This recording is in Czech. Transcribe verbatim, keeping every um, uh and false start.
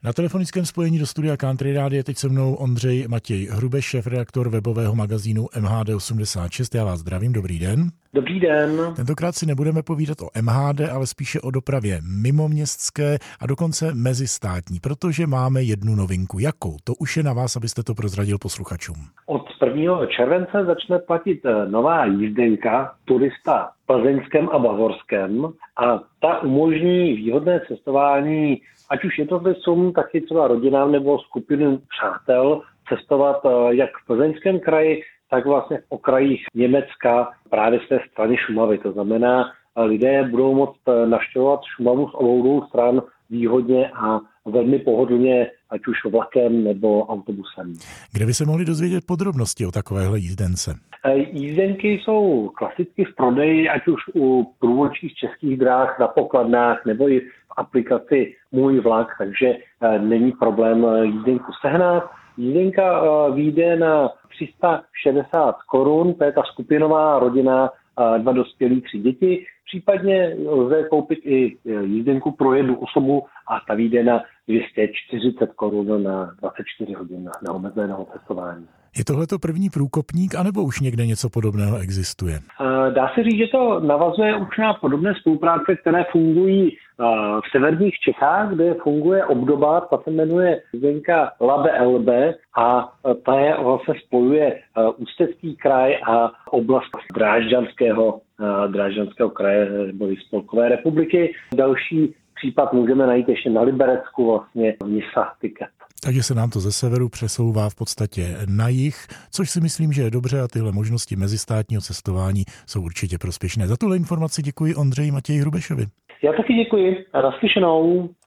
Na telefonickém spojení do studia Country Rádia je teď se mnou Ondřej Matěj Hrubeš, šéfredaktor webového magazínu M H D osmdesát šest. Já vás zdravím, dobrý den. Dobrý den. Tentokrát si nebudeme povídat o M H D, ale spíše o dopravě mimoměstské a dokonce mezistátní, protože máme jednu novinku. Jakou? To už je na vás, abyste to prozradil posluchačům. Od prvního července začne platit nová jízdenka turista v Plzeňském a Bavorském a ta umožní výhodné cestování, ať už jednotlivcům, tak i třeba rodinám nebo skupinu přátel, cestovat jak v Plzeňském kraji, tak vlastně v okrajích Německa právě z té strany Šumavy. To znamená, lidé budou moct navštěvovat Šumavu z obou dvou stran výhodně a velmi pohodlně, ať už vlakem nebo autobusem. Kde by se mohli dozvědět podrobnosti o takovéhle jízdence? Jízdenky jsou klasicky v prodeji, ať už u průvodčích českých dráh na pokladnách nebo i v aplikaci Můj vlak, takže není problém jízdenku sehnat. Jízdenka vyjde na tři sta šedesát korun, to je ta skupinová rodina, dva dospělí, tři děti. Případně lze koupit i jízdenku pro jednu osobu a ta vyjde na dvě stě čtyřicet korun na dvacet čtyři hodin na omezeného cestování. Je tohleto první průkopník, anebo už někde něco podobného existuje? Dá se říct, že to navazuje už na podobné spolupráce, které fungují v severních Čechách, kde funguje obdoba, ta se jmenuje jízdenka Labe L B a ta je vlastně spojuje Ústecký kraj a oblast Drážďanského, Drážďanského kraje nebo Spolkové republiky. Další případ můžeme najít ještě na Liberecku, vlastně Nisa Ticket. Takže se nám to ze severu přesouvá v podstatě na jih, což si myslím, že je dobře a tyhle možnosti mezistátního cestování jsou určitě prospěšné. Za tuhle informaci děkuji Ondřeji Matěji Hrubešovi. Já taky děkuji a naslyšenou.